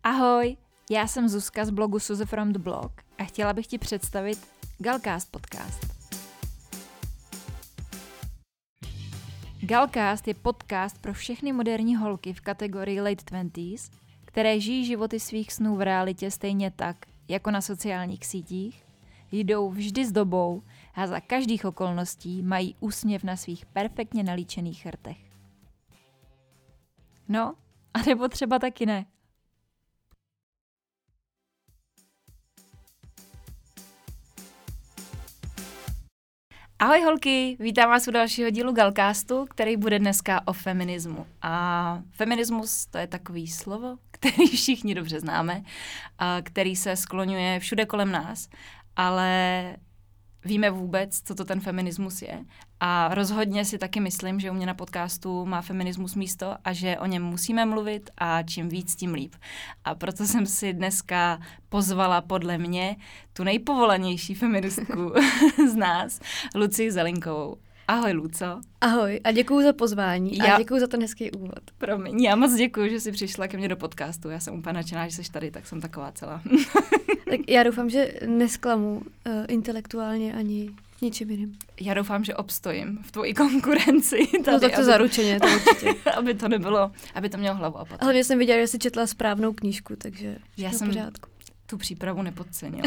Ahoj, já jsem Zuzka z blogu Suze from the blog a chtěla bych ti představit Galcast podcast. Galcast je podcast pro všechny moderní holky v kategorii late 20s, které žijí životy svých snů v realitě stejně tak, jako na sociálních sítích, jdou vždy s dobou a za každých okolností mají úsměv na svých perfektně nalíčených rtech. No, a nebo třeba taky ne. Ahoj holky, vítám vás u dalšího dílu Galcastu, který bude dneska o feminismu. A feminismus to je takový slovo, který všichni dobře známe, a který se skloňuje všude kolem nás, ale víme vůbec, co to ten feminismus je. A rozhodně si taky myslím, že u mě na podcastu má feminismus místo a že o něm musíme mluvit a čím víc, tím líp. A proto jsem si dneska pozvala podle mě tu nejpovolanější feministku z nás, Lucii Zelinkovou. Ahoj, Luco. Ahoj a děkuju za pozvání a děkuju za ten hezký úvod. Promiň, já moc děkuju, že jsi přišla ke mně do podcastu. Já jsem úplně nadšená, že jsi tady, tak jsem taková celá. Tak já doufám, že nesklamu intelektuálně ani ničím jiným. Já doufám, že obstojím v tvojí konkurenci. Tady, no tak to zaručeně, to určitě. aby to mělo hlavu a patu. Ale já jsem viděla, že jsi četla správnou knížku, takže já jsem v pořádku. Tu přípravu nepodcenila.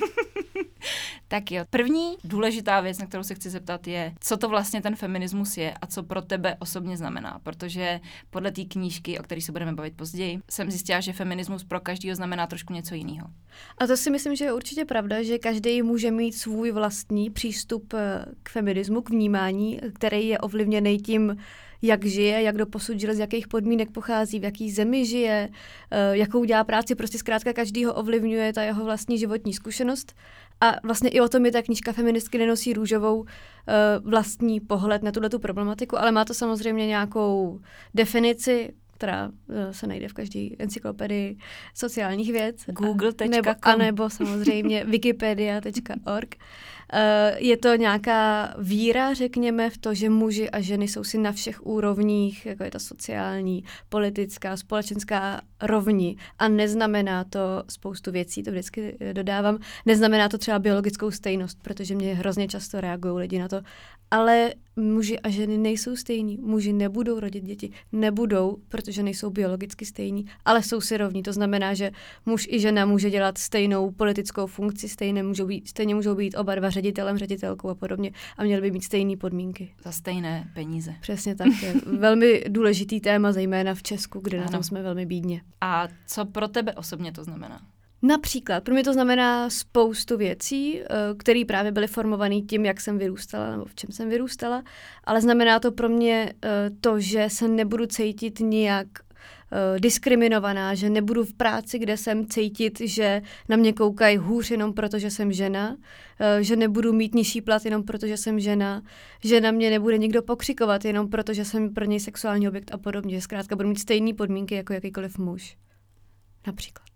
Tak jo, první důležitá věc, na kterou se chci zeptat, je, co to vlastně ten feminismus je a co pro tebe osobně znamená, protože podle té knížky, o které se budeme bavit později, jsem zjistila, že feminismus pro každého znamená trošku něco jiného. A to si myslím, že je určitě pravda, že každý může mít svůj vlastní přístup k feminismu, k vnímání, který je ovlivněný tím, jak žije, jak doposud žil, z jakých podmínek pochází, v jaký zemi žije, jakou dělá práci, prostě zkrátka každýho ovlivňuje ta jeho vlastní životní zkušenost. A vlastně i o tom je ta knížka Feministky nenosí růžovou vlastní pohled na tuhletu problematiku, ale má to samozřejmě nějakou definici, která se najde v každé encyklopedii sociálních věd. Google.com. Nebo samozřejmě wikipedia.org. Je to nějaká víra, řekněme, v to, že muži a ženy jsou si na všech úrovních, jako je ta sociální, politická, společenská rovni. A neznamená to spoustu věcí, to vždycky dodávám, neznamená to třeba biologickou stejnost, protože mě hrozně často reagují lidi na to, ale muži a ženy nejsou stejní. Muži nebudou rodit děti. Nebudou, protože nejsou biologicky stejní, ale jsou si rovní. To znamená, že muž i žena může dělat stejnou politickou funkci, stejně můžou být oba dva ředitelem, ředitelkou a podobně a měly by mít stejné podmínky. Za stejné peníze. Přesně tak. Je velmi důležitý téma, zejména v Česku, kde na tom jsme velmi bídně. A co pro tebe osobně to znamená? Například, pro mě to znamená spoustu věcí, které právě byly formované tím, jak jsem vyrůstala nebo v čem jsem vyrůstala, ale znamená to pro mě to, že se nebudu cítit nijak diskriminovaná, že nebudu v práci, kde jsem cítit, že na mě koukají hůř jenom proto, že jsem žena, že nebudu mít nižší plat jenom proto, že jsem žena, že na mě nebude nikdo pokřikovat jenom proto, že jsem pro něj sexuální objekt a podobně. Zkrátka budu mít stejné podmínky jako jakýkoliv muž. Například.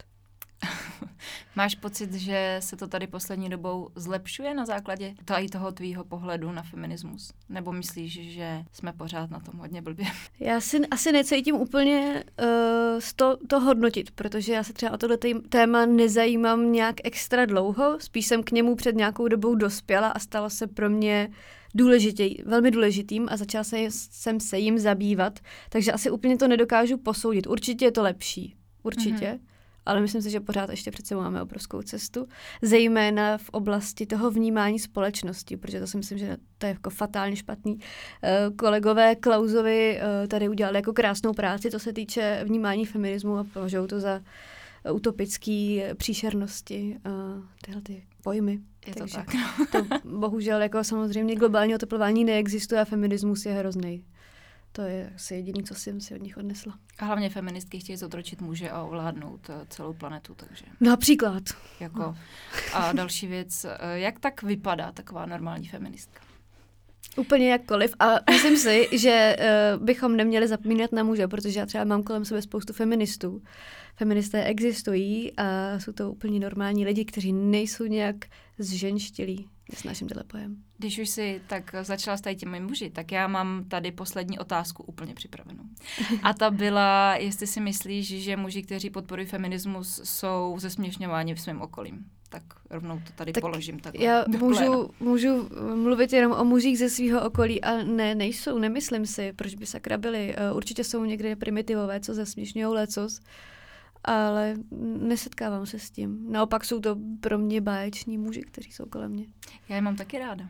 Máš pocit, že se to tady poslední dobou zlepšuje na základě toho tvýho pohledu na feminismus? Nebo myslíš, že jsme pořád na tom hodně blbě? Já si asi necítím úplně to hodnotit, protože já se třeba o tohle téma nezajímám nějak extra dlouho, spíš jsem k němu před nějakou dobou dospěla a stalo se pro mě velmi důležitým a začala jsem se jim zabývat, takže asi úplně to nedokážu posoudit. Určitě je to lepší, určitě. Mm-hmm. Ale myslím si, že pořád ještě před sebou máme obrovskou cestu, zejména v oblasti toho vnímání společnosti, protože to si myslím, že to je jako fatálně špatný. Kolegové Klausovi tady udělali jako krásnou práci, to se týče vnímání feminismu a považují to za utopický příšernosti, tyhle ty pojmy. Je to tak. To bohužel jako samozřejmě globální oteplování neexistuje a feminismus je hrozný. To je asi jediné, co jsem si od nich odnesla. A hlavně feministky chtějí zotročit muže a ovládnout celou planetu, takže... Například. A další věc, jak tak vypadá taková normální feministka? Úplně jakkoliv. A myslím si, že bychom neměli zapomínat na muže, protože já třeba mám kolem sebe spoustu feministů. Feministé existují a jsou to úplně normální lidi, kteří nejsou nějak zženštilí. nesnáším tenhle pojem. Když už si tak začala s tady těmi muži, tak já mám tady poslední otázku úplně připravenou. A ta byla, jestli si myslíš, že muži, kteří podporují feminismus, jsou zesměšňováni v svém okolím. Tak rovnou to tady tak položím takhle. Já můžu mluvit jenom o mužích ze svého okolí a nejsou, nemyslím si, proč by sakra byli. Určitě jsou někde primitivové, co zesměšňujou lecos, ale nesetkávám se s tím. Naopak jsou to pro mě báječní muži, kteří jsou kolem mě. Já je mám taky ráda.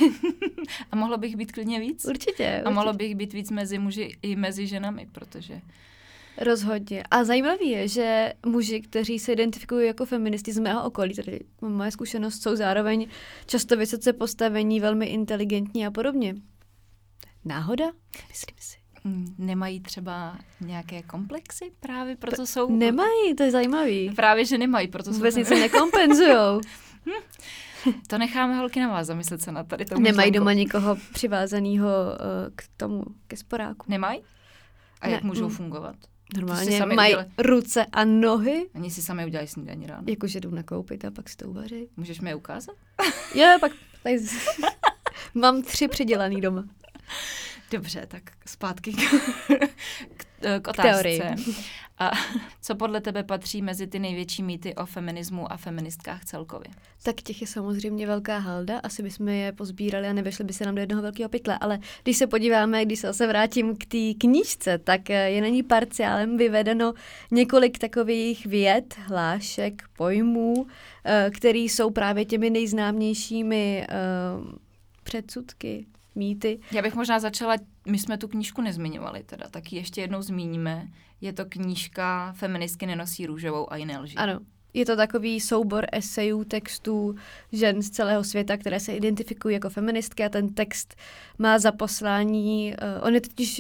A mohlo bych být klidně víc? Určitě. A mohlo bych být víc mezi muži i mezi ženami, protože... Rozhodně. A zajímavé je, že muži, kteří se identifikují jako feministi z mého okolí, tedy moje zkušenost, jsou zároveň často vysoce postavení, velmi inteligentní a podobně. Náhoda? Myslím si. Nemají třeba nějaké komplexy právě, proto jsou... Nemají, to je zajímavý. Právě, že nemají, proto jsou... Vůbec nic se nekompenzujou. To necháme holky na vás zamyslet se na tady tomu. Nemají doma nikoho přivázaného ke sporáku. Nemají? A jak můžou fungovat? Normálně mají ruce a nohy. Oni si sami udělají snídaní ráno. Jakože jdou nakoupit a pak si to uvaří. Můžeš mi je ukázat? Jo, pak tady mám 3 přidělaný doma. Dobře, tak zpátky k otázce. Teorii. A co podle tebe patří mezi ty největší mýty o feminismu a feministkách celkově? Tak těch je samozřejmě velká halda, asi bychom je pozbírali a nevešli by se nám do jednoho velkého pytle, ale když se podíváme, když se zase vrátím k té knížce, tak je na ní parciálem vyvedeno několik takových vět, hlášek, pojmů, které jsou právě těmi nejznámějšími předsudky, mýty. Já bych možná začala, my jsme tu knížku nezmiňovali teda, tak ji ještě jednou zmíníme. Je to knížka Feministky nenosí růžovou a jiné lži. Ano, je to takový soubor esejů, textů žen z celého světa, které se identifikují jako feministky a ten text má za poslání, on je totiž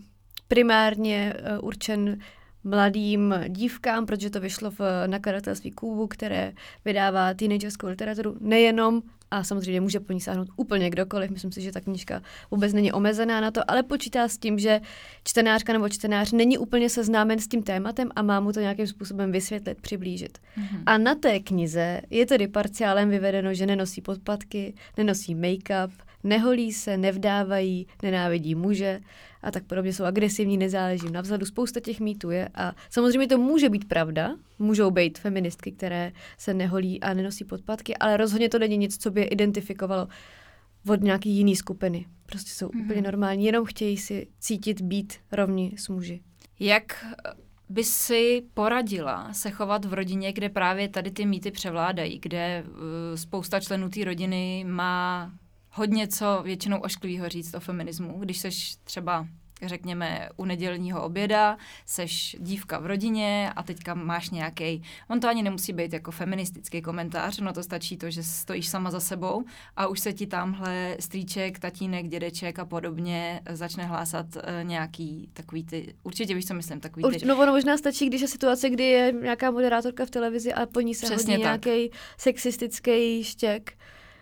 primárně určen mladým dívkám, protože to vyšlo v nakladatelství Kůvu, které vydává teenagerskou literaturu nejenom, a samozřejmě může po ní sáhnout úplně kdokoliv, myslím si, že ta knížka vůbec není omezená na to, ale počítá s tím, že čtenářka nebo čtenář není úplně seznámen s tím tématem a má mu to nějakým způsobem vysvětlit, přiblížit. Mm-hmm. A na té knize je tedy parciálem vyvedeno, že nenosí podpatky, nenosí make-up, neholí se, nevdávají, nenávidí muže a tak podobně, jsou agresivní, nezáleží na vzhledu. Spousta těch mýtů je a samozřejmě to může být pravda, můžou být feministky, které se neholí a nenosí podpatky, ale rozhodně to není nic, co by je identifikovalo od nějaký jiný skupiny. Prostě jsou úplně normální, jenom chtějí si cítit být rovni s muži. Jak by si poradila se chovat v rodině, kde právě tady ty mýty převládají, kde spousta členů té rodiny má hodně co většinou ošklivýho říct o feminismu, když seš třeba, řekněme, u nedělního oběda, seš dívka v rodině a teďka máš nějaký, on to ani nemusí být jako feministický komentář, no to stačí to, že stojíš sama za sebou a už se ti tamhle strýček, tatínek, dědeček a podobně začne hlásat nějaký takový ty, určitě víš, co myslím, takový ty. No ono možná stačí, když je situace, kdy je nějaká moderátorka v televizi a po ní se hodí nějaký sexistický štěk.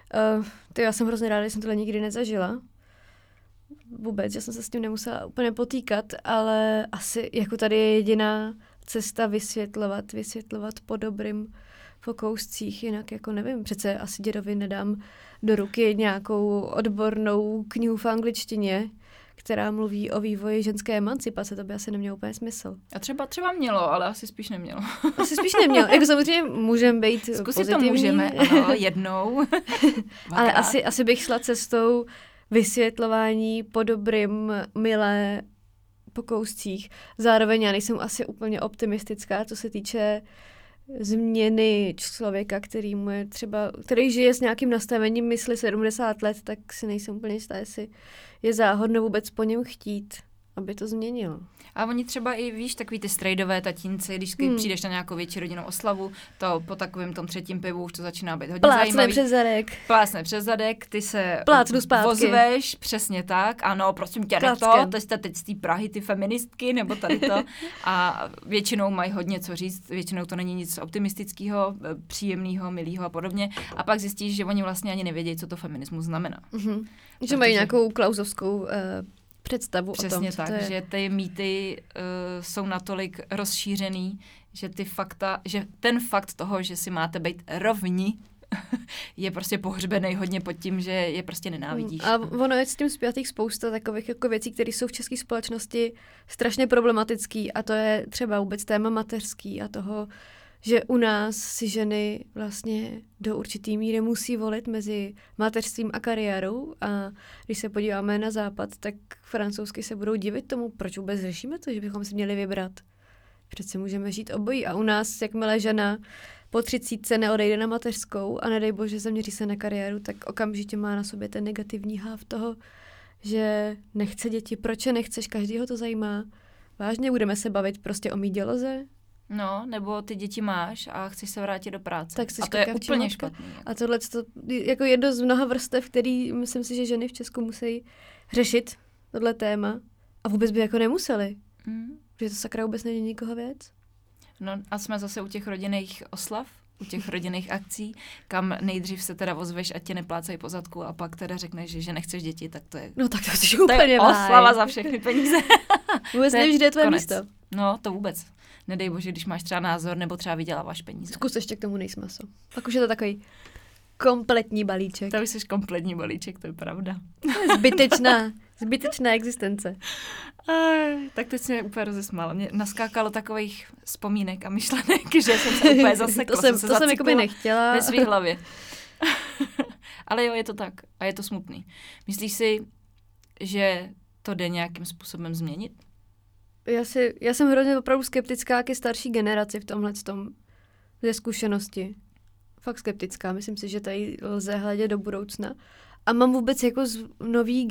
Já jsem hrozně ráda, že jsem tohle nikdy nezažila. Vůbec, že jsem se s tím nemusela úplně potýkat, ale asi jako tady je jediná cesta vysvětlovat po dobrým pokouscích, jinak jako nevím, přece asi dědovi nedám do ruky nějakou odbornou knihu v angličtině, která mluví o vývoji ženské emancipace, to by asi nemělo úplně smysl. A třeba mělo, ale asi spíš nemělo. Asi spíš nemělo. Jako samozřejmě můžeme být zkusit pozitivní. To můžeme, ano, jednou. Ale asi bych šla cestou vysvětlování po dobrým, milé pokouscích. Zároveň já nejsem asi úplně optimistická, co se týče změny člověka, který žije s nějakým nastavením mysli 70 let, tak si nejsem úplně jistá, jestli je záhodno vůbec po něm chtít, aby to změnil. A oni třeba i, víš, takový ty strejdové tatínci, když přijdeš na nějakou větší rodinnou oslavu, to po takovém tom 3. pivu už to začíná být hodně zajímavý. Plácne přes zadek, ty se vozveš, přesně tak, ano, prosím tě, to jste teď z té Prahy, ty feministky, nebo tady to. A většinou mají hodně co říct, většinou to není nic optimistického, příjemného, milého a podobně. A pak zjistíš, že oni vlastně ani nevědějí, co to feminismus znamená. Mm-hmm. Že mají nějakou klausovskou představu přesně o tom, tak, to je. že ty mýty jsou natolik rozšířený, že ten fakt toho, že si máte být rovni, je prostě pohřbený hodně pod tím, že je prostě nenávidíš. A ono je s tím zpětých spousta takových jako věcí, které jsou v české společnosti strašně problematický a to je třeba vůbec téma mateřský a toho, že u nás si ženy vlastně do určitý míry musí volit mezi mateřstvím a kariérou a když se podíváme na západ, tak francouzsky se budou divit tomu, proč vůbec řešíme to, že bychom si měli vybrat. Přece můžeme žít obojí a u nás, jakmile žena po 30 neodejde na mateřskou a nedej bože zaměří se na kariéru, tak okamžitě má na sobě ten negativní háv toho, že nechce děti. Proč je nechceš? Každýho to zajímá. Vážně budeme se bavit prostě o mý děloze? No, nebo ty děti máš a chceš se vrátit do práce. Tak a to je úplně špatný. A tohle je jako jedno z mnoha vrstev, který myslím si, že ženy v Česku musí řešit, tohle téma. A vůbec by jako nemuseli. Protože to sakra vůbec není nikoho věc. No a jsme zase u těch rodinných oslav, u těch rodinných akcí, kam nejdřív se teda ozveš a tě neplácají po zadku a pak teda řekneš, že nechceš děti, tak to je... No tak to jsi úplně oslava za všechny peníze. Vůbec nevíš, kde je tvoje konec. místo. No, to vůbec. Nedej bože, když máš třeba názor nebo třeba vyděláváš peníze. Zkus ještě k tomu nejsme maso. Pak už je to takový kompletní balíček. To už jsi kompletní balíček, to je pravda. Zbytečná existence. Tak teď se mě úplně rozesmála. Mě naskákalo takových vzpomínek a myšlenek, že jsem se úplně zasekla. to jsem jakoby nechtěla. Ve svý hlavě. Ale jo, je to tak. A je to smutný. Myslíš si, že to jde nějakým způsobem změnit? Já jsem hrozně opravdu skeptická ke starší generaci v tomhletom ze zkušenosti. Fakt skeptická. Myslím si, že tady lze hledět do budoucna. A mám vůbec jako z mladý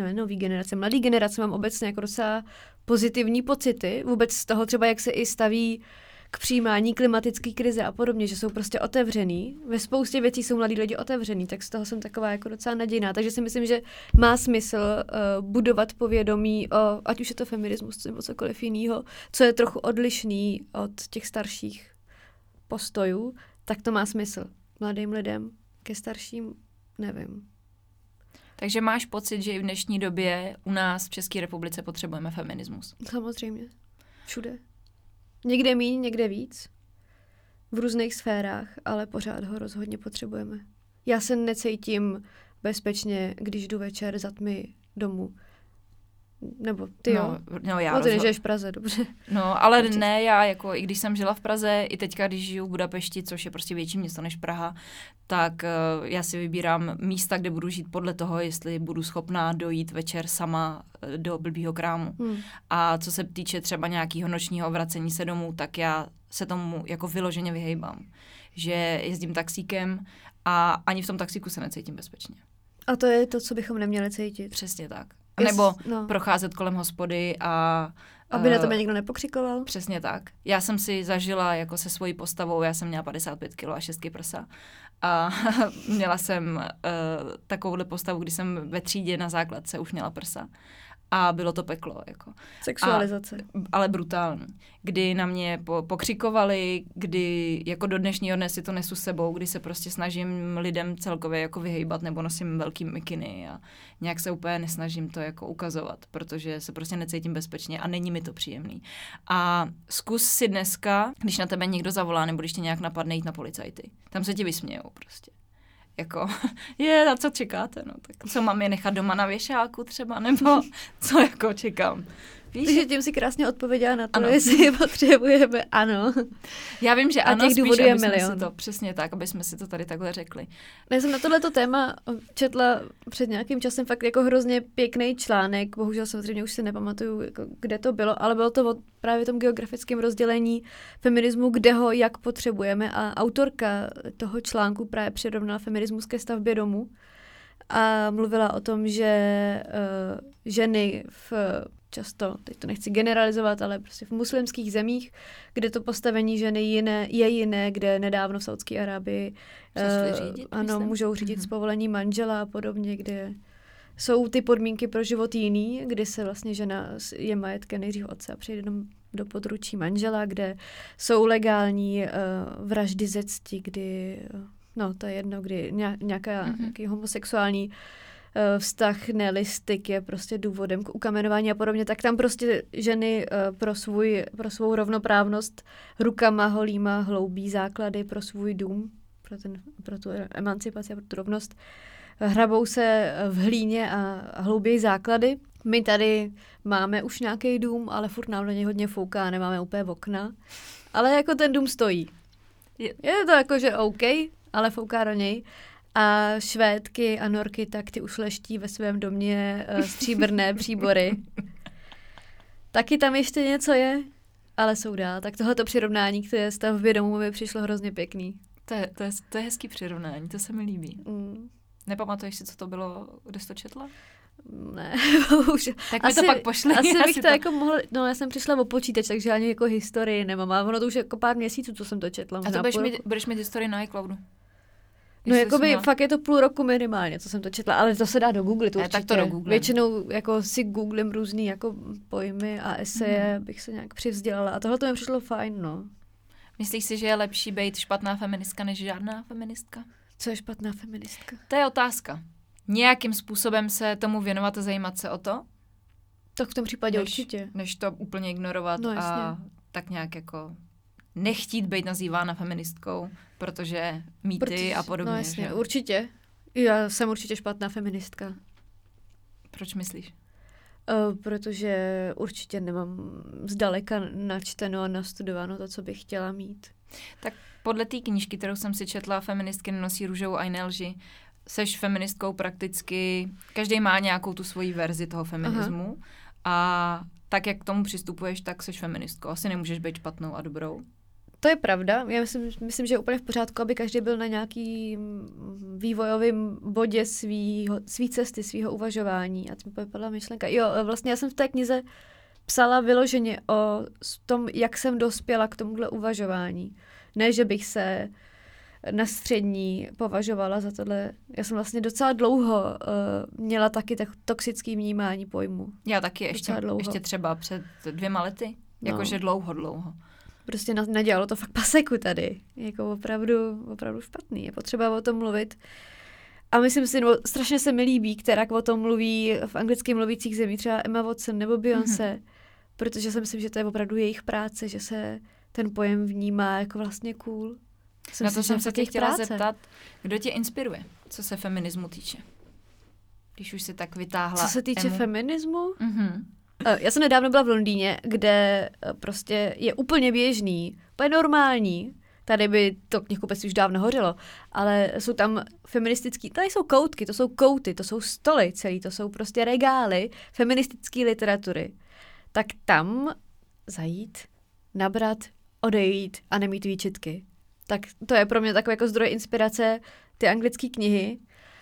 generace mám obecně jako docela pozitivní pocity. Vůbec z toho třeba, jak se i staví k přijímání klimatické krize a podobně, že jsou prostě otevřený. Ve spoustě věcí jsou mladí lidi otevřený, tak z toho jsem taková jako docela nadějná. Takže si myslím, že má smysl budovat povědomí o, ať už je to feminismus nebo cokoliv jiného, co je trochu odlišný od těch starších postojů, tak to má smysl. Mladým lidem, ke starším, nevím. Takže máš pocit, že i v dnešní době u nás v České republice potřebujeme feminismus? Samozřejmě. Všude. Někde míň, někde víc. V různých sférách, ale pořád ho rozhodně potřebujeme. Já se necítím bezpečně, když jdu večer za tmy domů. Nebo ty jo? No, já ty nežiješ v Praze, dobře. No, ale ne, já jako, i když jsem žila v Praze, i teďka, když žiju v Budapešti, což je prostě větší město než Praha, tak já si vybírám místa, kde budu žít podle toho, jestli budu schopná dojít večer sama do blbýho krámu. A co se týče třeba nějakého nočního vracení se domů, tak já se tomu jako vyloženě vyhejbám. Že jezdím taxíkem a ani v tom taxíku se necítím bezpečně. A to je to, co bychom neměli cítit. Přesně tak. Nebo procházet kolem hospody a... Aby na tebe někdo nepokřikoval. Přesně tak. Já jsem si zažila jako se svojí postavou, já jsem měla 55 kg a 6 prsa. A měla jsem takovouhle postavu, kdy jsem ve třídě na základce už měla prsa. A bylo to peklo. Jako. Sexualizace. Ale brutální. Kdy na mě pokřikovali, kdy jako do dnešního dne si to nesu s sebou, kdy se prostě snažím lidem celkově jako vyhejbat nebo nosím velký mikiny a nějak se úplně nesnažím to jako ukazovat, protože se prostě necítím bezpečně a není mi to příjemný. A zkus si dneska, když na tebe někdo zavolá nebo když tě nějak napadne jít na policajty. Tam se ti vysmějou prostě. Jako, na co čekáte, no, tak co mám je nechat doma na věšáku třeba, nebo co jako čekám. Víš? Takže tím si krásně odpověděla na to, jestli potřebujeme, ano. Já vím, že a ano, spíš, aby jsme si to, přesně tak, aby jsme si to tady takhle řekli. Já jsem na tohleto téma četla před nějakým časem fakt jako hrozně pěkný článek, bohužel samozřejmě už si nepamatuju, jako, kde to bylo, ale bylo to o právě tom geografickém rozdělení feminismu, kde ho jak potřebujeme a autorka toho článku právě přirovnala feminismus ke stavbě domu a mluvila o tom, že ženy často, teď to nechci generalizovat, ale prostě v muslimských zemích, kde to postavení ženy je jiné, kde nedávno v Saudské Arábii můžou řídit s povolením manžela a podobně, kde jsou ty podmínky pro život jiný, kdy se vlastně žena je majetkem nejdřív otce a přejde do područí manžela, kde jsou legální vraždy ze cti, kdy, to je jedno, kdy nějaký homosexuální vztah, styk je prostě důvodem k ukamenování a podobně, tak tam prostě ženy pro svou rovnoprávnost rukama holýma hloubí základy pro svůj dům, pro tu emancipaci a pro tu rovnost. Hrabou se v hlíně a hlouběji základy. My tady máme už nějaký dům, ale furt nám do něj hodně fouká, nemáme úplně okna. Ale jako ten dům stojí. Je to jako, že OK, ale fouká do něj. A Švédky a Norky, tak ty už leští ve svém domě stříbrné příbory. Taky tam ještě něco je, ale jsou dál. Tak tohleto přirovnání k té stavbě domu mi přišlo hrozně pěkný. To je hezký přirovnání, to se mi líbí. Nepamatuješ si, co to bylo, kde jsi to četla? Ne, už. Tak mi to pak pošli. Asi bych to jako mohla, no já jsem přišla o počítač, takže ani jako historii nemám, ale ono to už jako pár měsíců, co jsem to četla. A to budeš mít historii na iCloudu? No jakoby fakt je to půl roku minimálně, co jsem to četla, ale to se dá do Google, to určitě. Tak to do Google. Většinou jako si googlím různý jako pojmy a eseje, bych se nějak přivzdělala a tohle to mi přišlo fajn, no. Myslíš si, že je lepší být špatná feministka než žádná feministka? Co je špatná feministka? To je otázka. Nějakým způsobem se tomu věnovat a zajímat se o to? Tak v tom případě určitě. Než to úplně ignorovat a tak nějak jako nechtít být nazývána feministkou, protože mýty a podobně. No jasně, že? Určitě. Já jsem určitě špatná feministka. Proč myslíš? Protože určitě nemám zdaleka načteno a nastudováno to, co bych chtěla mít. Tak podle té knížky, kterou jsem si četla, Feministky nenosí růžovou a nelži, seš feministkou prakticky, každý má nějakou tu svoji verzi toho feminismu. A tak, jak k tomu přistupuješ, tak seš feministkou. Asi nemůžeš být špatnou a dobrou. To je pravda. Já myslím, že je úplně v pořádku, aby každý byl na nějaký vývojovém bodě svý cesty, svýho uvažování. A to mi padla myšlenka. Jo, vlastně já jsem v té knize psala vyloženě o tom, jak jsem dospěla k tomuhle uvažování. Ne, že bych se na střední považovala za tohle. Já jsem vlastně docela dlouho měla taky tak toxický vnímání pojmu. Já taky ještě třeba před 2 lety. Jakože dlouho. Prostě nadělalo to fakt paseku tady. Jako opravdu špatný. Je potřeba o tom mluvit. A myslím si, strašně se mi líbí, která o tom mluví v anglicky mluvících zemích, třeba Emma Watson nebo Beyoncé, protože si myslím, že to je opravdu jejich práce, že se ten pojem vnímá jako vlastně cool. Na to jsem se tě chtěla zeptat, kdo tě inspiruje, co se feminismu týče? Když už si tak vytáhla Co se týče feminismu? Mm-hmm. Já jsem nedávno byla v Londýně, kde prostě je úplně běžný, úplně normální. Tady by to knihkupectví už dávno hořelo, ale jsou tam feministický, tady jsou koutky, to jsou kouty, to jsou stoly celý, to jsou prostě regály feministické literatury. Tak tam zajít, nabrat, odejít a nemít výčitky. Tak to je pro mě takový jako zdroj inspirace ty anglické knihy.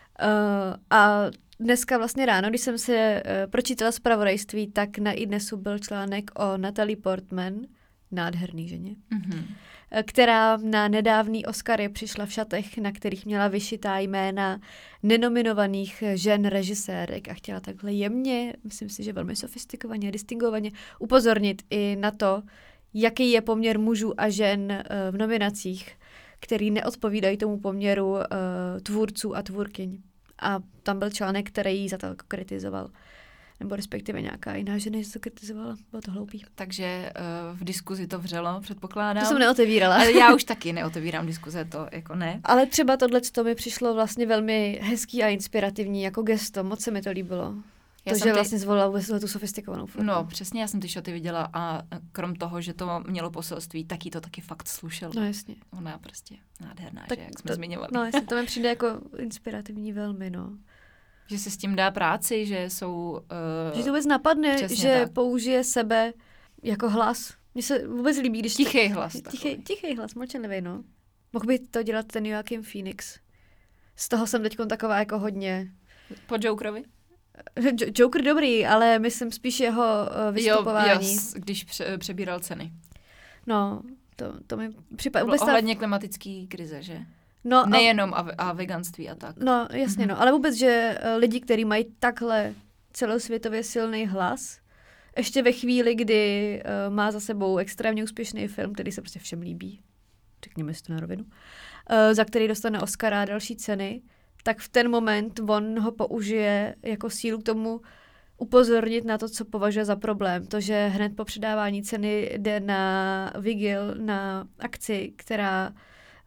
A dneska vlastně ráno, když jsem se pročítala zpravodajství, tak na iDnesu byl článek o Natalie Portman, nádherný ženě, která na nedávný Oscary přišla v šatech, na kterých měla vyšitá jména nenominovaných žen režisérek a chtěla takhle jemně, myslím si, že velmi sofistikovaně, distingovaně upozornit i na to, jaký je poměr mužů a žen v nominacích, který neodpovídají tomu poměru tvůrců a tvůrkyň. A tam byl článek, který ji za to kritizoval. Nebo respektive nějaká jiná žena, že to kritizovala. Bylo to hloupý. Takže v diskuzi to vřelo, předpokládám. To jsem neotevírala. Ale já už taky neotevírám diskuze, to jako ne. Ale třeba tohleto mi přišlo vlastně velmi hezký a inspirativní jako gesto. Moc se mi to líbilo. Že vlastně zvolila vůbec tu sofistikovanou formu. No, přesně, já jsem ty šaty viděla a krom toho, že to mělo poselství, tak jí to taky fakt slušelo. No jasně. Ona je prostě nádherná, tak že, jak jsme zmiňovali. No jasně, to mi přijde jako inspirativní velmi, no. Že se s tím dá práci, že jsou... že to vůbec napadne, že tak použije sebe jako hlas. Mně se vůbec líbí, když... Tichý hlas. Tichý hlas, mlčenlivý, no. Mohl by to dělat ten Joaquin Phoenix. Z toho jsem teď taková jako hodně... Po Jokerovi? Joker dobrý, ale myslím spíš jeho vystupování. Jo, když přebíral ceny. No, to mi připadá... Ohledně klimatické krize, že? No, nejenom a veganství a tak. No, jasně, no. Ale vůbec, že lidi, kteří mají takhle celosvětově silný hlas, ještě ve chvíli, kdy má za sebou extrémně úspěšný film, který se prostě všem líbí, řekněme si to na rovinu, za který dostane Oscara a další ceny, tak v ten moment on ho použije jako sílu k tomu upozornit na to, co považuje za problém. To, že hned po předávání ceny jde na vigil, na akci, která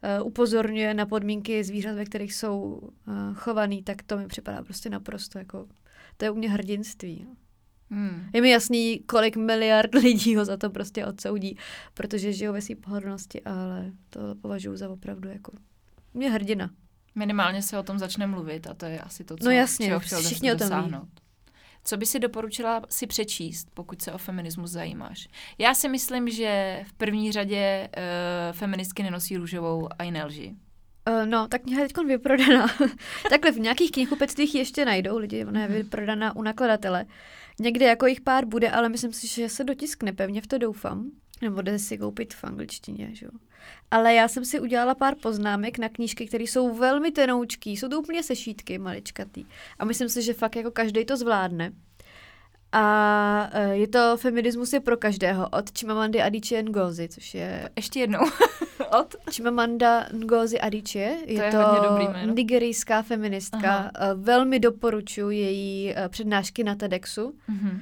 upozorňuje na podmínky zvířat, ve kterých jsou chovaný, tak to mi připadá prostě naprosto jako, to je u mě hrdinství. Je mi jasný, kolik miliard lidí ho za to prostě odsoudí, protože žijou ve své pohodlnosti, ale to považuji za opravdu jako mě hrdina. Minimálně se o tom začne mluvit a to je asi to, co, no jasně, čeho chtěl všichni o tom dosáhnout. ví. Co by si doporučila si přečíst, pokud se o feminismus zajímáš? Já si myslím, že v první řadě feministky nenosí růžovou a jiné lži. No, ta kniha je teď vyprodaná. Takhle v nějakých knihkupectvích ještě najdou lidi, ona je vyprodaná u nakladatele. Někde jako jich pár bude, ale myslím si, že se dotiskne, pevně v to doufám. Nebo jde si koupit v angličtině, že jo. Ale já jsem si udělala pár poznámek na knížky, které jsou velmi tenoučký, jsou to úplně sešítky maličkatý. A myslím si, že fakt jako každej to zvládne. A je to Feminismus je pro každého od Chimamandy Adichie Ngozi, což je... Ještě jednou. Od? Chimamanda Ngozi Adichie. Je to nigerijská feministka. Velmi doporučuji její přednášky na TEDxu.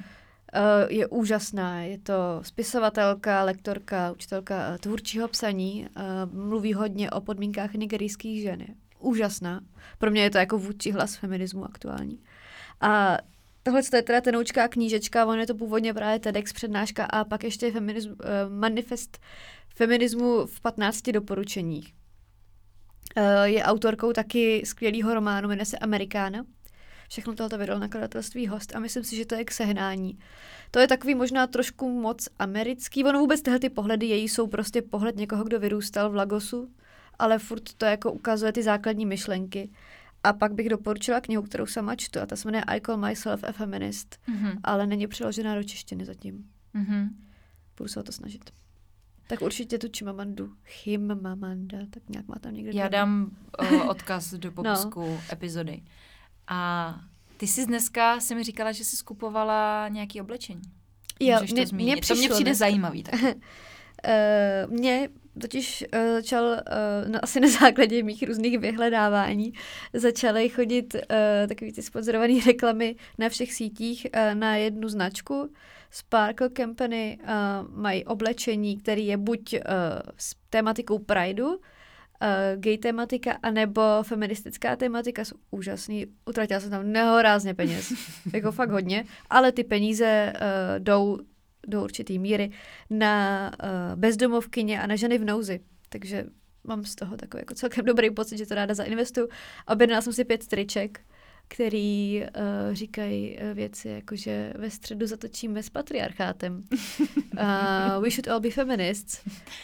Je úžasná. Je to spisovatelka, lektorka, učitelka tvůrčího psaní. Mluví hodně o podmínkách nigerijských žen. Je úžasná. Pro mě je to jako vůdčí hlas feminismu aktuální. A tohle je teda tenoučká knížečka, on je to původně právě TEDx přednáška a pak ještě manifest feminismu v 15 doporučeních. Je autorkou taky skvělého románu, jmenuje se Amerikána. Všechno tohoto vydal nakladatelství Host a myslím si, že to je k sehnání. To je takový možná trošku moc americký. Ono vůbec tyhle ty pohledy její jsou prostě pohled někoho, kdo vyrůstal v Lagosu, ale furt to jako ukazuje ty základní myšlenky. A pak bych doporučila knihu, kterou sama čtu, a ta se jmenuje I Call Myself a Feminist, ale není přeložená do češtiny zatím. Budu se o to snažit. Tak určitě tu Chimamanda, tak nějak má tam někde. Já dám odkaz do popisku epizody. A ty jsi dneska, si mi říkala, že jsi skupovala nějaké oblečení. Jo, mě to mě přijde zajímavý. Mně totiž začal asi na základě mých různých vyhledávání začaly chodit takový ty sponzorované reklamy na všech sítích na jednu značku. Sparkle Company mají oblečení, které je buď s tématikou Prideu, gay tematika, anebo feministická tematika, jsou úžasný. Utratila jsem tam nehorázně peněz, jako fakt hodně, ale ty peníze jdou do určitý míry na bezdomovkyně a na ženy v nouzi. Takže mám z toho takový jako celkem dobrý pocit, že to ráda zainvestuju. Objednala jsem si 5 triček, který říkají věci jako, že ve středu zatočíme s patriarchátem. We should all be feminists.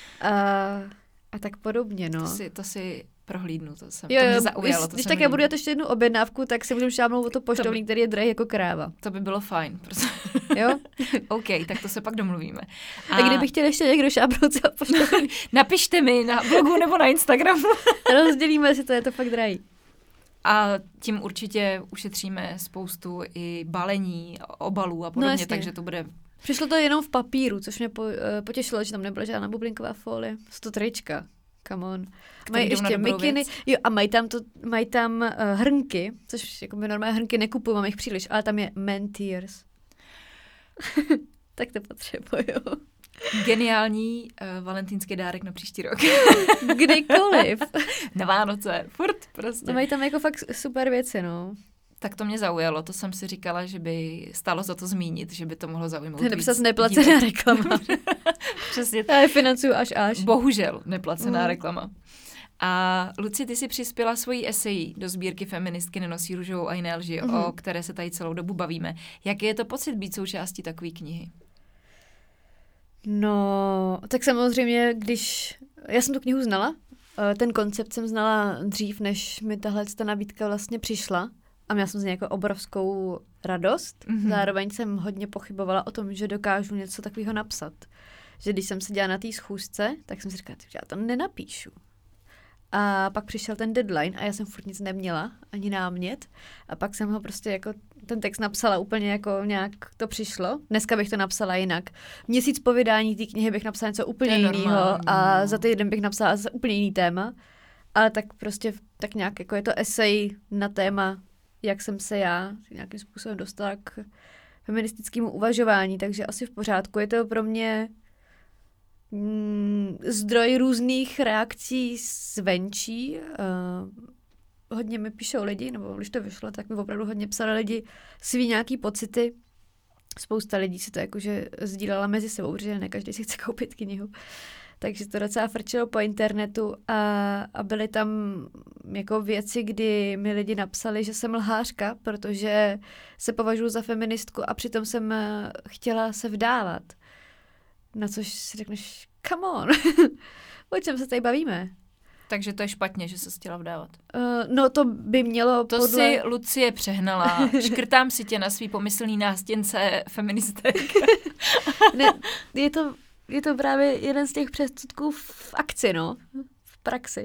A tak podobně, no. To si prohlídnu, to mě zaujalo. Když tak já budu dělat ještě jednu objednávku, tak si můžu šáhnout o to poštovní, který je drahý jako kráva. To by bylo fajn. Jo? OK, tak to se pak domluvíme. A kdybych chtěl ještě někdo šáhnout za poštovní. Napište mi na blogu nebo na Instagramu. Rozdělíme si to, je to fakt drahý. A tím určitě ušetříme spoustu i balení, obalů a podobně, takže to bude... Přišlo to jenom v papíru, což mě potěšilo, že tam nebyla žádná bublinková folie. Jsou to trička, come on. Mají ještě mikiny, jo, a mají tam hrnky, což jako by normálně hrnky nekupuju, mám jich příliš, ale tam je men tears. Tak to potřebuju. Geniální valentýnský dárek na příští rok. Kdykoliv. Na Vánoce, furt prostě. No mají tam jako fakt super věci, no. Tak to mě zaujalo, to jsem si říkala, že by stálo za to zmínit, že by to mohlo zaujmout víc. To je neplacená reklama. Přesně. Já je financuju až. Bohužel neplacená reklama. A Luci, ty si přispěla svojí esejí do sbírky Feministky nenosí růžovou a jiné lži, o které se tady celou dobu bavíme. Jaký je to pocit být součástí takové knihy? No, tak samozřejmě, já jsem tu knihu znala, ten koncept jsem znala dřív, než mi tahle nabídka vlastně přišla. A měla jsem z něj jako obrovskou radost. Zároveň jsem hodně pochybovala o tom, že dokážu něco takového napsat. Že když jsem seděla na té schůzce, tak jsem si říkala, že já to nenapíšu. A pak přišel ten deadline a já jsem furt nic neměla, ani námět. A pak jsem ho prostě jako ten text napsala úplně jako nějak to přišlo. Dneska bych to napsala jinak. Měsíc po vydání té knihy bych napsala něco úplně jiného a za týden bych napsala zase úplně jiný téma. Ale tak prostě tak nějak jako je to esej na téma, jak jsem se já nějakým způsobem dostala k feministickému uvažování, takže asi v pořádku. Je to pro mě zdroj různých reakcí zvenčí. Hodně mi píšou lidi, nebo když to vyšlo, tak mi opravdu hodně psali lidi svý nějaký pocity. Spousta lidí si to jakože sdílela mezi sebou, protože ne každý si chce koupit knihu. Takže to docela frčilo po internetu a byly tam jako věci, kdy mi lidi napsali, že jsem lhářka, protože se považuji za feministku a přitom jsem chtěla se vdávat. Na což si řekneš, come on, o čem se tady bavíme? Takže to je špatně, že se chtěla vdávat. No to by mělo to si Lucie přehnala. Škrtám si tě na svý pomyslný nástěnce feministek. Ne, je to právě jeden z těch předsudků v akci, no. V praxi.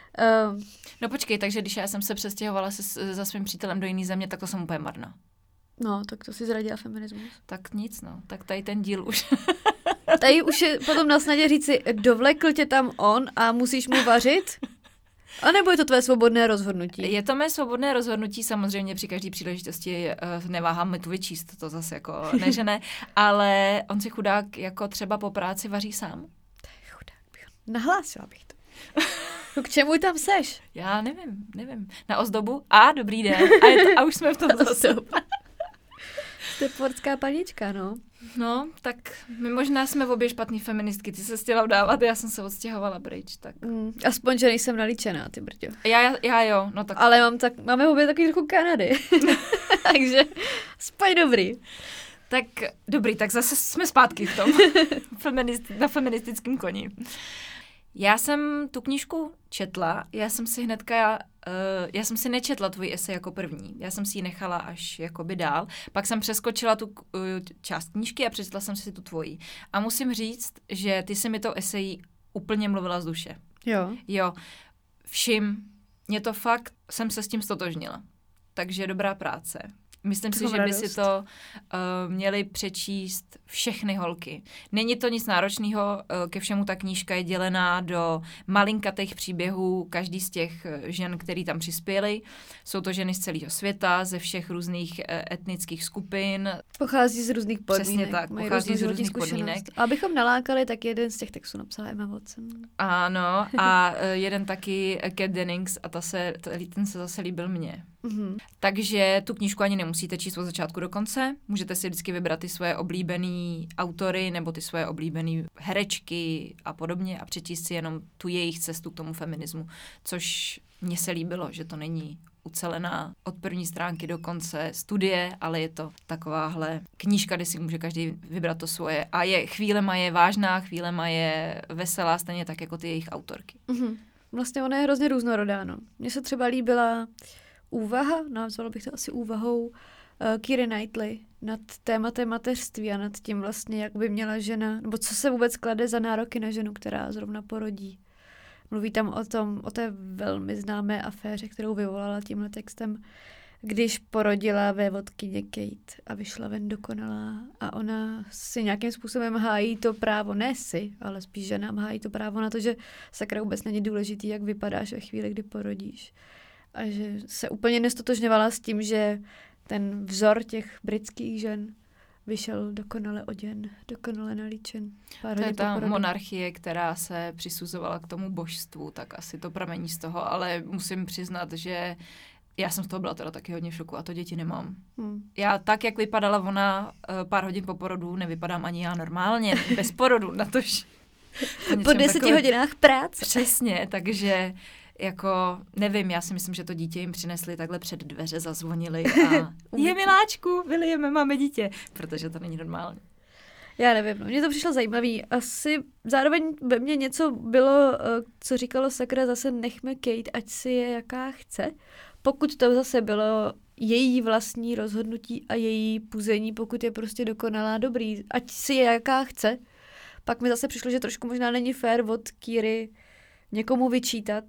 No počkej, takže když já jsem se přestěhovala za svým přítelem do jiné země, tak to jsem úplně marná. No, tak to si zradila feminismus. Tak nic, no. Tak tady ten díl už... Tady už je potom na snadě říci, dovlekl tě tam on a musíš mu vařit? A nebo je to tvé svobodné rozhodnutí? Je to mé svobodné rozhodnutí, samozřejmě při každé příležitosti neváhám mi tu vyčíst, to zase jako ne, že ne, ale on si chudák jako třeba po práci vaří sám. To je chudák, nahlásila bych to. No k čemu tam seš? Já nevím. Na ozdobu? Dobrý den. A už jsme v tom zase. Jste portská panička, no. No, tak my možná jsme obě špatný feministky. Ty se chtěla vdávat, já jsem se odstěhovala pryč, tak. Aspoň, že nejsem nalíčená, ty brďo. Já jo, no tak. Ale máme obě takový trochu Kanady. Takže spoj dobrý. Tak dobrý, tak zase jsme zpátky v tom. Na feministickém koni. Já jsem tu knížku četla, já jsem si nečetla tvůj esej jako první, já jsem si ji nechala až jakoby dál, pak jsem přeskočila tu část knížky a přečetla jsem si tu tvoji. A musím říct, že ty si mi to esejí úplně mluvila z duše. Jo, mě to fakt, jsem se s tím stotožnila. Takže dobrá práce. Myslím si, že by si to měli přečíst všechny holky. Není to nic náročného, ke všemu ta knížka je dělená do malinkatých příběhů každý z těch žen, který tam přispěly. Jsou to ženy z celého světa, ze všech různých etnických skupin. Pochází z různých podmínek. Přesně tak, pochází z různých podmínek. A abychom nalákali, tak jeden z těch textů napsala Emma Watson. Ano, a jeden taky Kat Dennings a ten se zase líbil mně. Mm-hmm. Takže tu knížku ani nemusíte číst od začátku do konce. Můžete si vždycky vybrat ty svoje oblíbený autory nebo ty svoje oblíbený herečky a podobně a přečíst si jenom tu jejich cestu k tomu feminismu. Což mně se líbilo, že to není ucelená od první stránky do konce studie, ale je to takováhle knížka, kde si může každý vybrat to svoje. A chvílema je vážná, chvílema je veselá, stejně tak jako ty jejich autorky. Mm-hmm. Vlastně ona je hrozně různorodá, no. Mně se třeba líbila úvaha, nazvala bych to asi úvahou Keira Knightley nad tématem mateřství a nad tím vlastně, jak by měla žena, nebo co se vůbec klade za nároky na ženu, která zrovna porodí. Mluví tam o té velmi známé aféře, kterou vyvolala tímhle textem, když porodila vévodkyně Kate a vyšla ven dokonalá a ona si nějakým způsobem hájí to právo, ne si, ale spíš ženám hájí to právo na to, že sakra vůbec není důležitý, jak vypadáš ve chvíli, kdy porodíš. A že se úplně nestotožňovala s tím, že ten vzor těch britských žen vyšel dokonale oděn, dokonale nalíčen. To je ta monarchie, která se přisuzovala k tomu božstvu, tak asi to pramení z toho, ale musím přiznat, že já jsem z toho byla teda taky hodně v šoku a to děti nemám. Já tak, jak vypadala ona pár hodin po porodu, nevypadám ani já normálně, bez porodu, natož. Po 10 hodinách práce. Přesně, takže jako, nevím, já si myslím, že to dítě jim přinesli takhle před dveře, zazvonili a je miláčku, vylijeme, máme dítě, protože to není normální. Já nevím, no, mně to přišlo zajímavý. Asi zároveň ve mně něco bylo, co říkalo sakra, zase nechme Kate, ať si je jaká chce. Pokud to zase bylo její vlastní rozhodnutí a její puzení, pokud je prostě dokonalá, dobrý, ať si je jaká chce, pak mi zase přišlo, že trošku možná není fér od Kýry někomu vyčítat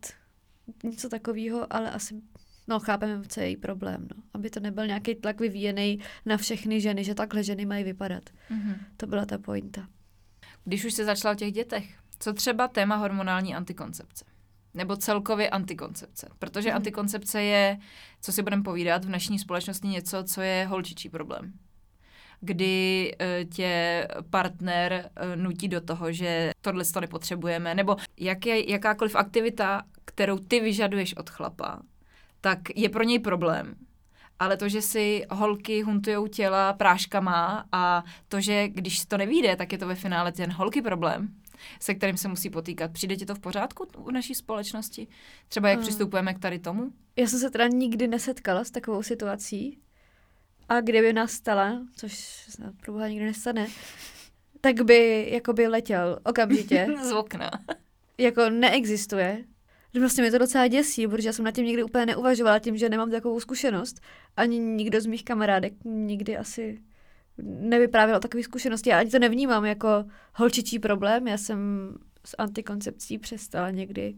něco takového, ale asi chápeme, co je její problém. No. Aby to nebyl nějaký tlak vyvíjený na všechny ženy, že takhle ženy mají vypadat. Mm-hmm. To byla ta pointa. Když už se začala o těch dětech, co třeba téma hormonální antikoncepce? Nebo celkově antikoncepce? Protože antikoncepce je, co si budeme povídat, v dnešní společnosti něco, co je holčičí problém. kdy tě partner nutí do toho, že tohle to nepotřebujeme, nebo jakákoliv aktivita, kterou ty vyžaduješ od chlapa, tak je pro něj problém. Ale to, že si holky huntujou těla práškama a to, že když to nevyjde, tak je to ve finále ten holky problém, se kterým se musí potýkat. Přijde ti to v pořádku v naší společnosti? Třeba jak přistupujeme k tady tomu? Já jsem se teda nikdy nesetkala s takovou situací a kdyby nastala, což se pro boha nikdy nestane, tak by jakoby letěl okamžitě. Z okna. Jako neexistuje. Vlastně mě to docela děsí, protože já jsem nad tím nikdy úplně neuvažovala tím, že nemám takovou zkušenost. Ani nikdo z mých kamarádek nikdy asi nevyprávěl o takové zkušenosti. Já ani to nevnímám jako holčičí problém. Já jsem s antikoncepcí přestala někdy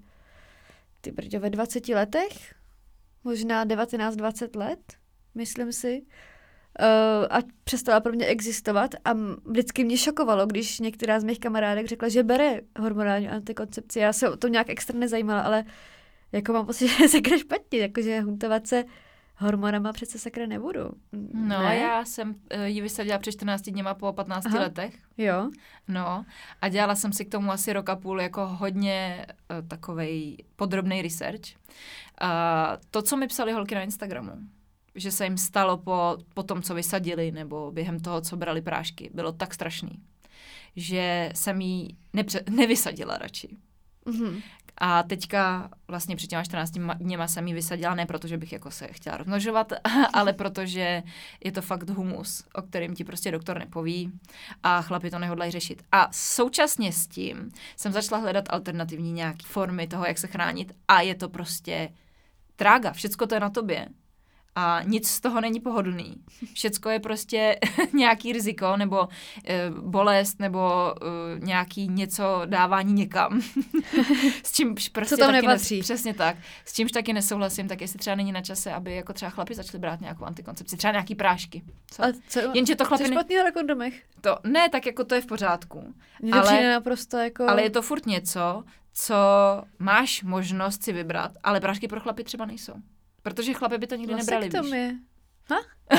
ve 20 letech, možná 19-20 let, myslím si. A přestala pro mě existovat a vždycky mě šokovalo, když některá z mých kamarádek řekla, že bere hormonální antikoncepci. Já se o to nějak extra nezajímala, ale jako mám pocit, že je sakra špatně, jakože huntovat se hormonama přece sakra nebudu. No, ne? já jsem ji vysadila před 14 dněma po 15 letech. Jo. No, a dělala jsem si k tomu asi rok a půl jako hodně takovej podrobný research. To, co mi psali holky na Instagramu, že se jim stalo po tom, co vysadili, nebo během toho, co brali prášky, bylo tak strašný, že jsem ji nevysadila radši. Mm-hmm. A teďka vlastně před těma 14 dněma jsem ji vysadila, ne protože bych jako se chtěla rozmnožovat, ale protože je to fakt humus, o kterým ti prostě doktor nepoví a chlapi to nehodlají řešit. A současně s tím jsem začala hledat alternativní nějaké formy toho, jak se chránit a je to prostě trága, všecko to je na tobě. A nic z toho není pohodlný. Všecko je prostě nějaký riziko, nebo bolest, nebo nějaký něco dávání někam. S čímž prostě co tam nepatří. Přesně tak. S čímž taky nesouhlasím, tak jestli třeba není na čase, aby jako třeba chlapi začali brát nějakou antikoncepci, třeba nějaký prášky. Jenže to chlapi... Co špatného na kondomech? To, ne, tak jako to je v pořádku. Mně to přijde naprosto jako... Ale je to furt něco, co máš možnost si vybrat, ale prášky pro chlapy třeba nejsou. Protože chlapi by to nikdy nebrali, víš. Ha?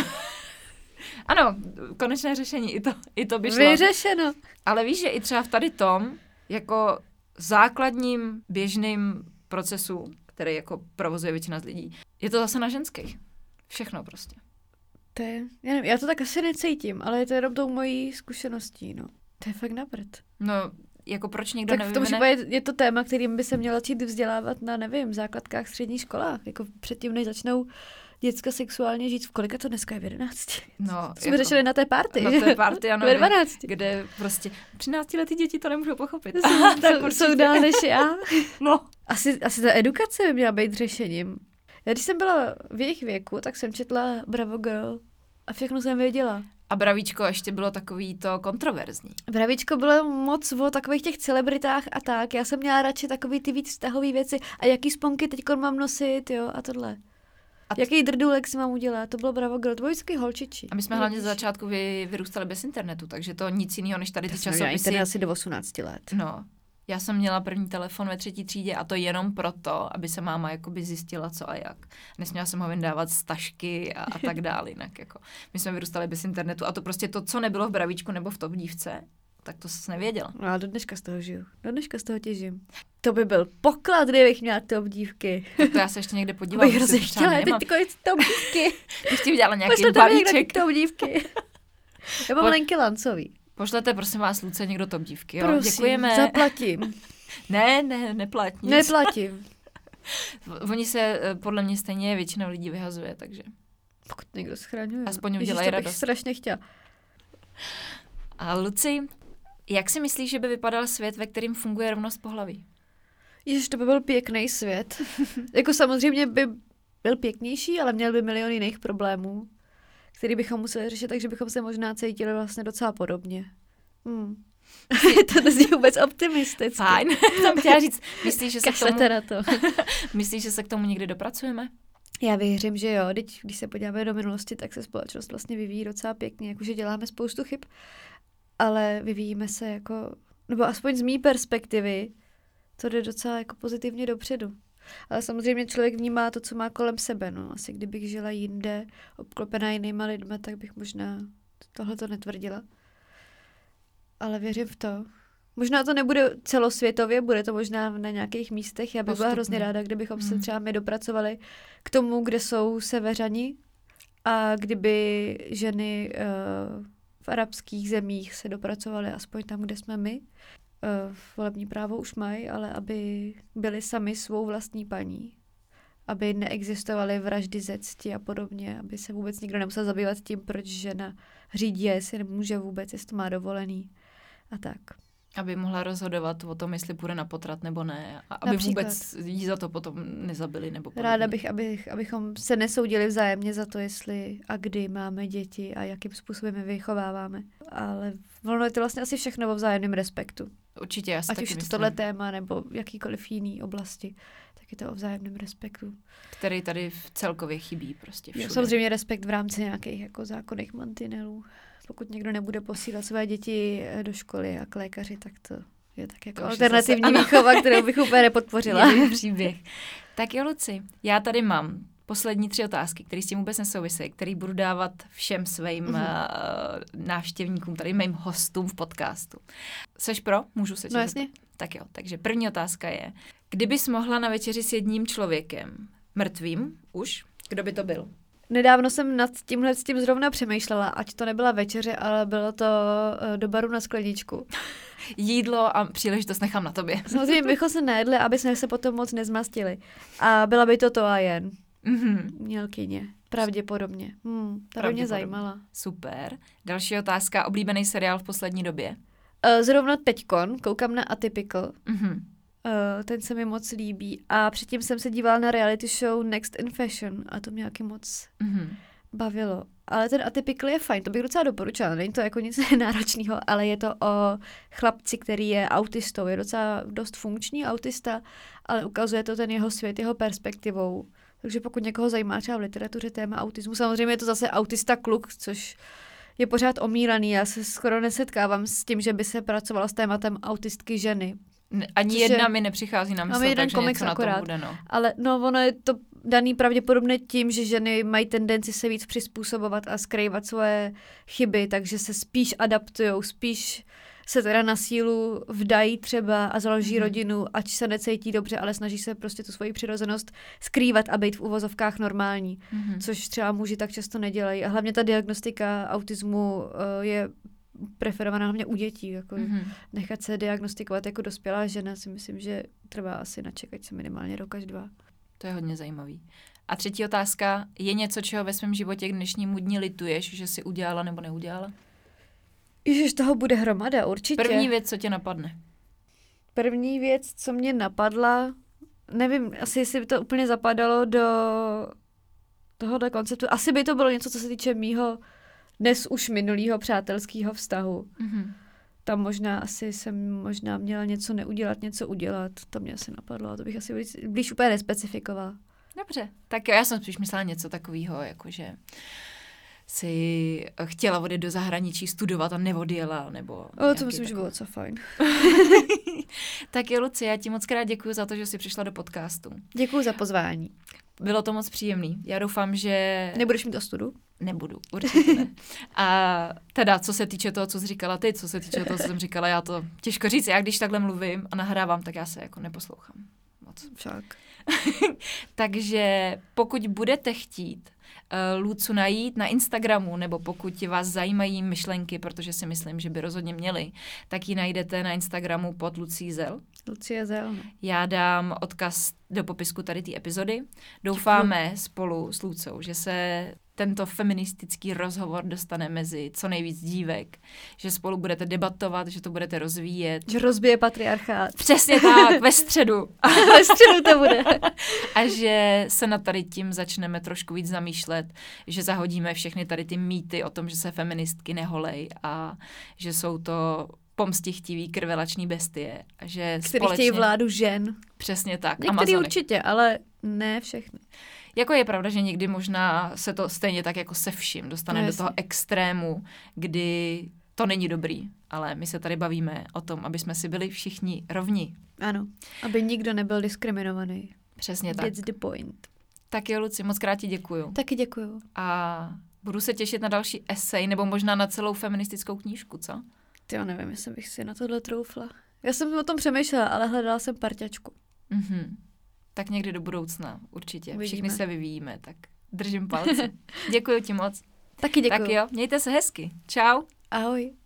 Ano, konečné řešení, i to by šlo. Vyřešeno. Ale víš, že i třeba v tady tom, jako základním běžným procesu, který jako provozuje většina z lidí, je to zase na ženských. Všechno prostě. To je, já to tak asi necítím, ale je to jenom tou mojí zkušeností, no. To je fakt na prd. No, jako proč někdo tak nevyvine... Tak v tom případě je to téma, kterým by se mělo začít vzdělávat na, nevím, základkách, středních školách. Jako předtím, než začnou děcka sexuálně žít. V kolika to dneska je? V 11? No, jsme řešili na té party. Na té party, ano. Ve 12. Kde prostě 13letý děti to nemůžou pochopit. Jsou dál než já. No. Asi ta edukace by měla být řešením. Já když jsem byla v jejich věku, tak jsem četla Bravo Girl a všechno jsem věděla. A Bravíčko ještě bylo takový to kontroverzní. Bravíčko bylo moc o takových těch celebritách a tak. Já jsem měla radši takový ty víc vztahový věci. A jaký sponky teďkon mám nosit, jo, a tohle. Jaký drdůlek si mám udělat, to bylo Bravo Girl, to bylo vždycky holčičí. A my jsme hlavně z začátku vyrůstali bez internetu, takže to nic jiného než tady ty časopisy. Já internet asi do 18 let. No, já jsem měla první telefon ve 3. třídě a to jenom proto, aby se máma jakoby zjistila co a jak. Nesměla jsem ho vyndávat z tašky a tak dále jinak. Jako. My jsme vyrůstali bez internetu a to prostě to, co nebylo v Bravíčku nebo v Top dívce, tak to jsi nevěděla. No a do dneška z toho žiju. Do dneška z toho těžím. To by byl poklad, kdybych měla Top dívky. Tak to já se ještě někde podívám. Bych hrozně chtěla, teď konec Top dívky. Bych ti udělala nějaký balíček. Top dívky. Já mám Lenky Lancový. Pošlete, prosím vás, Luce, někdo Top dívky, jo? Prosím, děkujeme. Zaplatím. Neplatí. Neplatím. Oni se podle mě stejně většinou lidí vyhazuje, takže. Pokud někdo schraňuje. Aspoň udělají radost. To bych strašně chtěla. A Luci, jak si myslíš, že by vypadal svět, ve kterým funguje rovnost pohlaví? Ježiš, to by byl pěkný svět. Jako samozřejmě by byl pěknější, ale měl by milion jiných problémů, který bychom museli řešit, takže bychom se možná cítili vlastně docela podobně. To nezní vůbec optimisticky. Fajn, jsem chtěla říct, myslíš, že se k tomu někdy dopracujeme? Já věřím, že jo. Když se podíváme do minulosti, tak se společnost vlastně vyvíjí docela pěkně, jakože děláme spoustu chyb, ale vyvíjíme se jako, nebo aspoň z mý perspektivy, to jde docela jako pozitivně dopředu. Ale samozřejmě člověk vnímá to, co má kolem sebe. No. Asi kdybych žila jinde, obklopená jinýma lidma, tak bych možná tohle to netvrdila. Ale věřím v to. Možná to nebude celosvětově, bude to možná na nějakých místech. Já bych byla hrozně ráda, kdybychom se třeba my dopracovali k tomu, kde jsou severani a kdyby ženy v arabských zemích se dopracovaly aspoň tam, kde jsme my. Volební právo už mají, ale aby byli sami svou vlastní paní. Aby neexistovaly vraždy ze cti a podobně, aby se vůbec nikdo nemusel zabývat tím, proč žena řídí, jestli nemůže vůbec, jestli to má dovolený a tak. Aby mohla rozhodovat o tom, jestli půjde na potrat nebo ne. A aby vůbec jí za to potom nezabili nebo podobně. Ráda bych, abychom se nesoudili vzájemně za to, jestli a kdy máme děti a jakým způsobem je vychováváme. Ale ono je to vlastně asi všechno o vzájemném respektu. Určitě, já si ať taky už je to myslím. tohle téma nebo jakýkoliv jiný oblasti, tak je to o vzájemném respektu. Který tady celkově chybí prostě všude. Samozřejmě respekt v rámci nějakých jako zákonných mantinelů. Pokud někdo nebude posílat své děti do školy a k lékaři, tak to je tak jako alternativní výchova, kterou bych úplně nepodpořila. Příběh. Tak jo, Luci, já tady mám poslední 3 otázky, které s tím vůbec nesouvisí, které budu dávat všem svým návštěvníkům, tady mým hostům v podcastu. Seš pro? Můžu se tě No jasně. Tak jo, takže první otázka je, kdybys mohla na večeři s jedním člověkem, mrtvým už, kdo by to byl? Nedávno jsem nad tímhle s tím zrovna přemýšlela, ať to nebyla večeře, ale bylo to do baru na skleničku. Jídlo a příležitost nechám na tobě. Samozřejmě bychom se nejedli, aby jsme se potom moc nezmastili. A byla by to a jen. Mělkyně. Pravděpodobně. Ta by mě zajímala. Super. Další otázka. Oblíbený seriál v poslední době? Zrovna teďkon koukám na Atypical. Ten se mi moc líbí. A předtím jsem se dívala na reality show Next in Fashion a to mě taky moc bavilo. Ale ten Atypical je fajn, to bych docela doporučila. Není to jako nic náročného, ale je to o chlapci, který je autistou. Je docela dost funkční autista, ale ukazuje to ten jeho svět, jeho perspektivou. Takže pokud někoho zajímá třeba v literatuře téma autismu, samozřejmě je to zase autista kluk, což je pořád omílaný. Já se skoro nesetkávám s tím, že by se pracovalo s tématem autistky ženy. Ani jedna mi nepřichází na mysl, takže něco na to bude. No. Ale ono je to daný pravděpodobně tím, že ženy mají tendenci se víc přizpůsobovat a skrývat svoje chyby, takže se spíš adaptujou, spíš se teda na sílu vdají třeba a založí rodinu, ať se necítí dobře, ale snaží se prostě tu svoji přirozenost skrývat a být v uvozovkách normální, což třeba muži tak často nedělají. A hlavně ta diagnostika autismu je preferovaná hlavně u dětí. Jako nechat se diagnostikovat jako dospělá žena si myslím, že trvá asi na čekačce minimálně rok až 2. To je hodně zajímavý. A třetí otázka, je něco, čeho ve svém životě k dnešnímu dni lituješ, že jsi udělala nebo neudělala? Ježiš, toho bude hromada, určitě. První věc, co tě napadne? První věc, co mě napadla, nevím, asi jestli by to úplně zapadalo do tohohle konceptu. Asi by to bylo něco, co se týče mýho dnes už minulýho přátelského vztahu. Tam možná asi jsem měla něco neudělat, něco udělat. To mě asi napadlo a to bych asi blíž úplně nespecifikovala. Dobře, tak já jsem spíš myslela něco takového, jakože si chtěla odjet do zahraničí studovat a neodjela, nebo... To myslím, že bylo co fajn. Tak jo, Luci, já ti moc krát děkuji za to, že jsi přišla do podcastu. Děkuji za pozvání. Bylo to moc příjemný. Já doufám, že... Nebudeš mít ostudu? Nebudu, určitě ne. A teda, co se týče toho, co jsi říkala ty, co se týče toho, co jsem říkala, já to těžko říct. Já když takhle mluvím a nahrávám, tak já se jako neposlouchám moc. Však. Takže pokud budete chtít Lucu najít na Instagramu, nebo pokud vás zajímají myšlenky, protože si myslím, že by rozhodně měli, tak ji najdete na Instagramu pod Lucí Zel. Lucie Zel. Já dám odkaz do popisku tady té epizody. Doufáme spolu s Lucou, že se tento feministický rozhovor dostane mezi co nejvíc dívek, že spolu budete debatovat, že to budete rozvíjet. Že rozbije patriarchát. Přesně tak, ve středu. Ve středu to bude. A že se nad tady tím začneme trošku víc zamýšlet, že zahodíme všechny tady ty mýty o tom, že se feministky neholej a že jsou to pomstichtivý krvelační bestie. A že který chtějí vládu žen. Přesně tak. Některý Amazony. určitě, ale ne všechny. Jako je pravda, že někdy možná se to stejně tak jako se vším dostane do toho extrému, kdy to není dobrý. Ale my se tady bavíme o tom, aby jsme si byli všichni rovni. Ano, aby nikdo nebyl diskriminovaný. Přesně tak. That's the point. Tak jo, Luci, moc krát ti děkuju. Taky děkuju. A Budu se těšit na další esej, nebo možná na celou feministickou knížku, co? Já nevím, jestli bych si na tohle troufla. Já jsem o tom přemýšlela, ale hledala jsem parťačku. Tak někdy do budoucna, určitě. Uvidíme. Všichni se vyvíjíme, tak držím palce. Děkuji ti moc. Taky děkuji. Tak jo, mějte se hezky. Čau. Ahoj.